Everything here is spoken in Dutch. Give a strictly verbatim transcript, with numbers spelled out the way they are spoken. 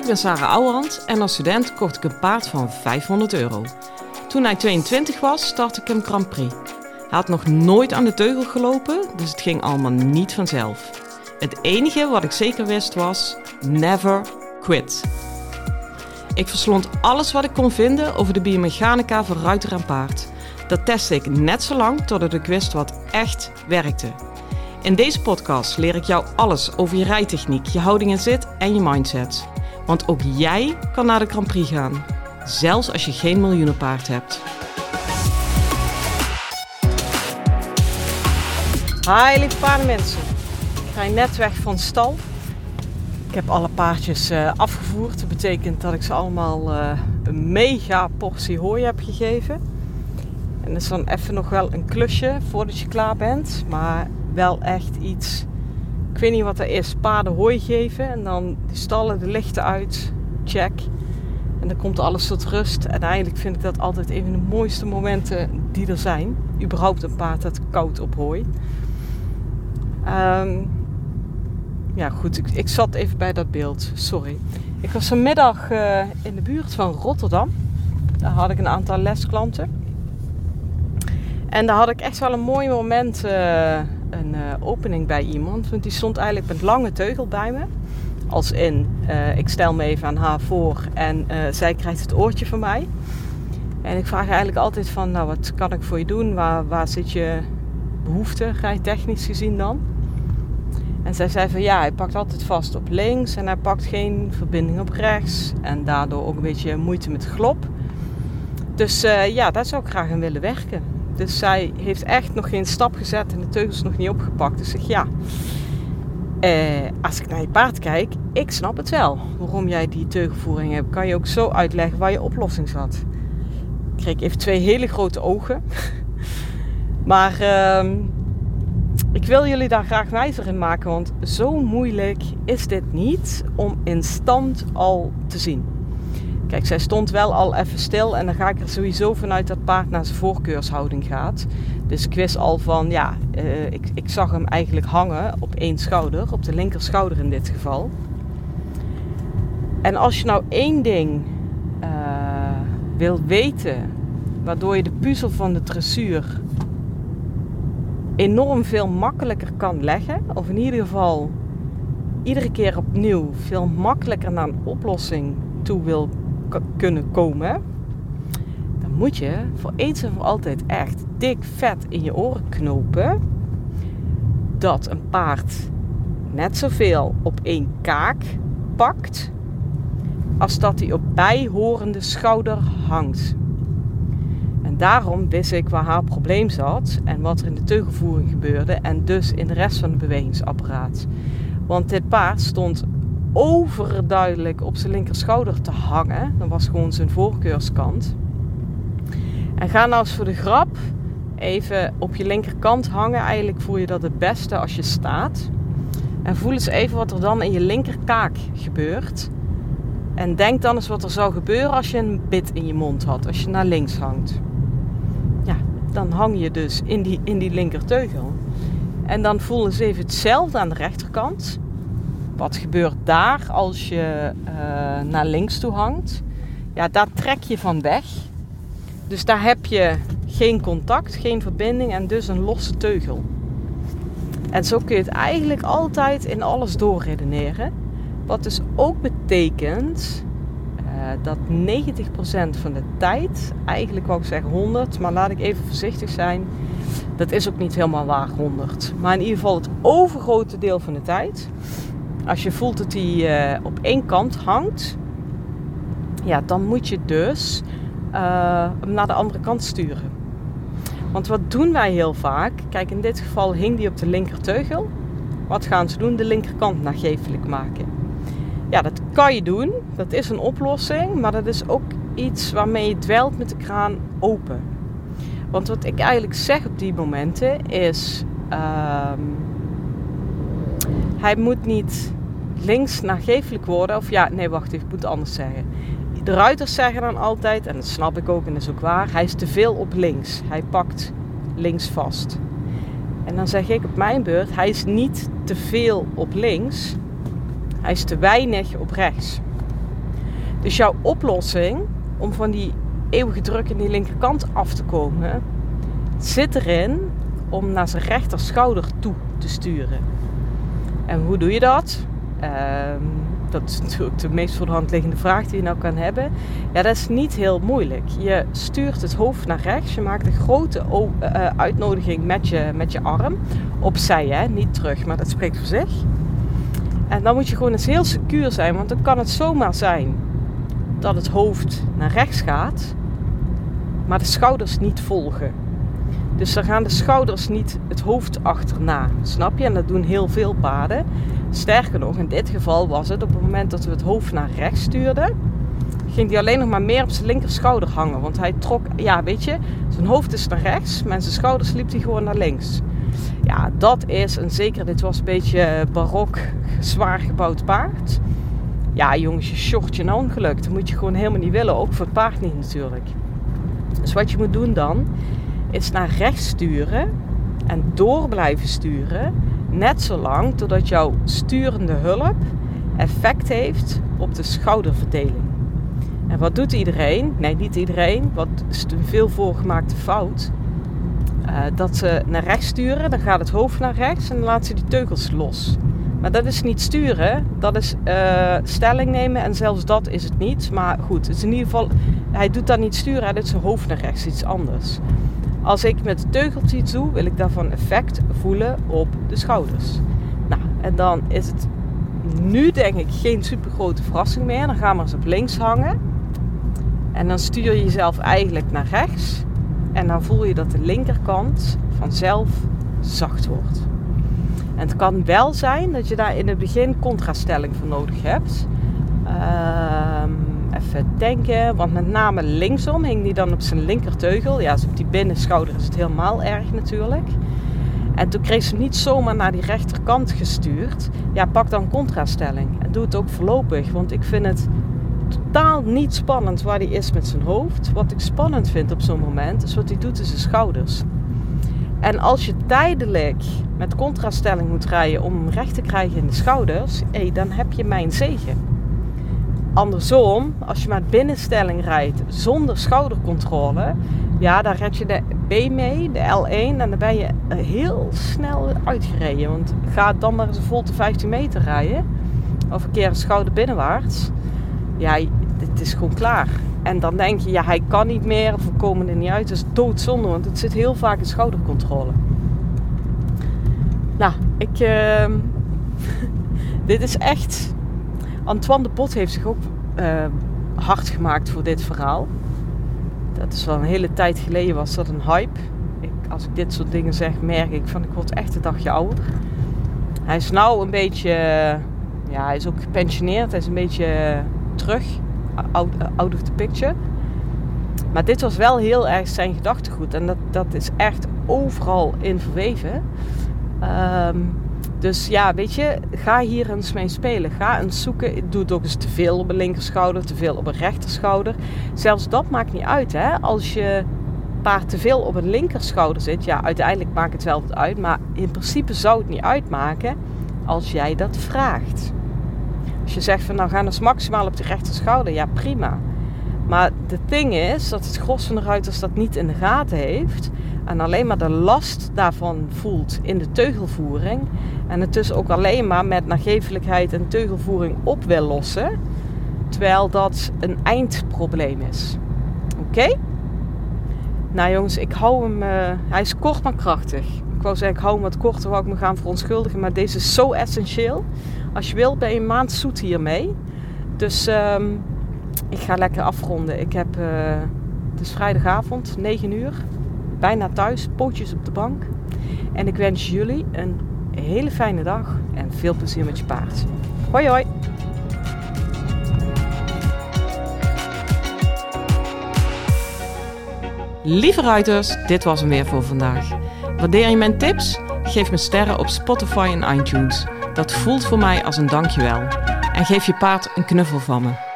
ben Sarah Ouwehand en als student kocht ik een paard van vijfhonderd euro. Toen hij tweeëntwintig was, startte ik hem Grand Prix. Hij had nog nooit aan de teugel gelopen, dus het ging allemaal niet vanzelf. Het enige wat ik zeker wist was, never quit. Ik verslond alles wat ik kon vinden over de biomechanica van ruiter en paard. Dat testte ik net zo lang totdat ik wist wat echt werkte. In deze podcast leer ik jou alles over je rijtechniek, je houding en zit en je mindset. Want ook jij kan naar de Grand Prix gaan, zelfs als je geen miljoenenpaard hebt. Hi lieve paardenmensen, ik ga net weg van stal. Ik heb alle paardjes uh, afgevoerd. Dat betekent dat ik ze allemaal uh, een mega portie hooi heb gegeven. En dat is dan even nog wel een klusje voordat je klaar bent. Maar wel echt iets, ik weet niet wat dat is, paarden hooi geven. En dan de stallen, de lichten uit, check. En dan komt alles tot rust. En eigenlijk vind ik dat altijd een van de mooiste momenten die er zijn. Überhaupt een paard dat koud op hooi. Um, ja goed, ik, ik zat even bij dat beeld, sorry. Ik was vanmiddag uh, in de buurt van Rotterdam. Daar had ik een aantal lesklanten. En daar had ik echt wel een mooi moment, uh, een uh, opening bij iemand. Want die stond eigenlijk met lange teugel bij me. Als in, uh, ik stel me even aan haar voor en uh, zij krijgt het oortje van mij. En ik vraag eigenlijk altijd van, nou wat kan ik voor je doen? Waar, waar zit je behoefte, rijtechnisch gezien dan? En zij zei van ja, hij pakt altijd vast op links en hij pakt geen verbinding op rechts. En daardoor ook een beetje moeite met glop. Dus uh, ja, daar zou ik graag aan willen werken. Dus zij heeft echt nog geen stap gezet en de teugels nog niet opgepakt. Dus ik zeg ja, uh, als ik naar je paard kijk, ik snap het wel. Waarom jij die teugelvoering hebt, kan je ook zo uitleggen waar je oplossing zat. Ik kreeg even twee hele grote ogen. Maar uh, ik wil jullie daar graag wijzer in maken, want zo moeilijk is dit niet om in stand al te zien. Kijk, zij stond wel al even stil en dan ga ik er sowieso vanuit dat paard naar zijn voorkeurshouding gaat. Dus ik wist al van, ja, uh, ik, ik zag hem eigenlijk hangen op één schouder, op de linker schouder in dit geval. En als je nou één ding uh, wil weten, waardoor je de puzzel van de dressuur enorm veel makkelijker kan leggen, of in ieder geval iedere keer opnieuw veel makkelijker naar een oplossing toe wil k- kunnen komen, dan moet je voor eens en voor altijd echt dik vet in je oren knopen dat een paard net zoveel op één kaak pakt als dat hij op bijhorende schouder hangt. En daarom wist ik waar haar probleem zat en wat er in de teugelvoering gebeurde en dus in de rest van het bewegingsapparaat. Want dit paard stond overduidelijk op zijn linkerschouder te hangen. Dat was gewoon zijn voorkeurskant. En ga nou eens voor de grap even op je linkerkant hangen. Eigenlijk voel je dat het beste als je staat. En voel eens even wat er dan in je linkerkaak gebeurt. En denk dan eens wat er zou gebeuren als je een bit in je mond had. Als je naar links hangt. Ja, dan hang je dus in die, in die linkerteugel. En dan voel eens even hetzelfde aan de rechterkant. Wat gebeurt daar als je uh, naar links toe hangt? Ja, daar trek je van weg. Dus daar heb je geen contact, geen verbinding en dus een losse teugel. En zo kun je het eigenlijk altijd in alles doorredeneren. Wat dus ook betekent uh, dat negentig procent van de tijd, eigenlijk wou ik zeggen honderd, maar laat ik even voorzichtig zijn. Dat is ook niet helemaal waar, honderd. Maar in ieder geval het overgrote deel van de tijd. Als je voelt dat hij uh, op één kant hangt, ja, dan moet je dus uh, hem naar de andere kant sturen. Want wat doen wij heel vaak? Kijk, in dit geval hing hij op de linkerteugel. Wat gaan ze doen? De linkerkant nagevelijk maken. Ja, dat kan je doen. Dat is een oplossing. Maar dat is ook iets waarmee je dwelt met de kraan open. Want wat ik eigenlijk zeg op die momenten is... Uh, hij moet niet links nagevelijk worden. Of ja, nee wacht even, ik moet het anders zeggen. De ruiters zeggen dan altijd, en dat snap ik ook en dat is ook waar. Hij is te veel op links. Hij pakt links vast. En dan zeg ik op mijn beurt, hij is niet te veel op links. Hij is te weinig op rechts. Dus jouw oplossing om van die eeuwige druk in die linkerkant af te komen, zit erin om naar zijn rechter schouder toe te sturen. En hoe doe je dat? Uh, dat is natuurlijk de meest voor de hand liggende vraag die je nou kan hebben. Ja, dat is niet heel moeilijk. Je stuurt het hoofd naar rechts. Je maakt een grote o- uh, uitnodiging met je, met je arm. Opzij, hè? Niet terug, maar dat spreekt voor zich. En dan moet je gewoon eens heel secuur zijn. Want dan kan het zomaar zijn dat het hoofd naar rechts gaat, maar de schouders niet volgen. Dus dan gaan de schouders niet het hoofd achterna. Snap je? En dat doen heel veel paarden. Sterker nog, in dit geval was het op het moment dat we het hoofd naar rechts stuurden, ging hij alleen nog maar meer op zijn linker schouder hangen. Want hij trok, ja weet je, zijn hoofd is naar rechts, maar zijn schouders liep hij gewoon naar links. Ja, dat is, en zeker dit was een beetje barok, zwaar gebouwd paard. Ja jongens, je short je een ongeluk. Dat moet je gewoon helemaal niet willen, ook voor het paard niet natuurlijk. Dus wat je moet doen dan, is naar rechts sturen en door blijven sturen. Net zolang totdat jouw sturende hulp effect heeft op de schouderverdeling. En wat doet iedereen? Nee, niet iedereen. Wat is een veel voorgemaakte fout? Uh, dat ze naar rechts sturen, dan gaat het hoofd naar rechts en dan laten ze die teugels los. Maar dat is niet sturen, dat is uh, stelling nemen en zelfs dat is het niet. Maar goed, het is in ieder geval, hij doet dat niet sturen, hij doet zijn hoofd naar rechts, iets anders. Als ik met de teugels iets doe, wil ik daarvan effect voelen op de schouders. Nou, en dan is het nu denk ik geen super grote verrassing meer. Dan gaan we eens op links hangen. En dan stuur je jezelf eigenlijk naar rechts. En dan voel je dat de linkerkant vanzelf zacht wordt. En het kan wel zijn dat je daar in het begin contrastelling voor nodig hebt. Um, even denken, want met name linksom hing die dan op zijn linkerteugel. Ja, dus op die binnenschouder is het helemaal erg natuurlijk. En toen kreeg ze hem niet zomaar naar die rechterkant gestuurd. Ja, pak dan contrastelling. En doe het ook voorlopig, want ik vind het totaal niet spannend waar hij is met zijn hoofd. Wat ik spannend vind op zo'n moment, is wat hij doet in zijn schouders. En als je tijdelijk met contrastelling moet rijden om hem recht te krijgen in de schouders, hey, dan heb je mijn zegen. Andersom, als je met binnenstelling rijdt zonder schoudercontrole, ja, dan red je de B mee, de L één, en dan ben je heel snel uitgereden. Want ga dan maar eens een volte vijftien meter rijden, of een keer een schouder binnenwaarts. Ja, het is gewoon klaar. En dan denk je, ja, hij kan niet meer, of we komen er niet uit. Dat is doodzonde, want het zit heel vaak in schoudercontrole. Nou, ik... Uh, dit is echt... Antoine de Pot heeft zich ook uh, hard gemaakt voor dit verhaal. Dat is wel een hele tijd geleden, was dat een hype. Ik, als ik dit soort dingen zeg, merk ik van, ik word echt een dagje ouder. Hij is nou een beetje... Ja, hij is ook gepensioneerd. Hij is een beetje terug. Out, out of the picture. Maar dit was wel heel erg zijn gedachtegoed. En dat, dat is echt overal in verweven. Um, dus ja, weet je, ga hier eens mee spelen. Ga eens zoeken. Doe het ook eens te veel op een linkerschouder, te veel op een rechterschouder. Zelfs dat maakt niet uit, hè. Als je paard te veel op een linkerschouder zit, ja, uiteindelijk maakt het wel wat uit. Maar in principe zou het niet uitmaken als jij dat vraagt. Als je zegt van, nou, ga eens maximaal op de rechterschouder, ja, prima. Maar de ding is dat het gros van de ruiters dat niet in de gaten heeft en alleen maar de last daarvan voelt in de teugelvoering en het dus ook alleen maar met nagevelijkheid en teugelvoering op wil lossen, terwijl dat een eindprobleem is. Oké? Okay? Nou jongens, ik hou hem, uh, hij is kort maar krachtig. Ik wou zeggen, ik hou hem wat korter, wou ik me gaan verontschuldigen, maar deze is zo essentieel. Als je wilt, ben je een maand zoet hiermee. Dus um, ik ga lekker afronden. Ik heb, uh, het is vrijdagavond, negen uur. Bijna thuis, pootjes op de bank. En ik wens jullie een hele fijne dag en veel plezier met je paard. Hoi hoi! Lieve ruiters, dit was hem weer voor vandaag. Waardeer je mijn tips? Geef me sterren op Spotify en iTunes. Dat voelt voor mij als een dankjewel. En geef je paard een knuffel van me.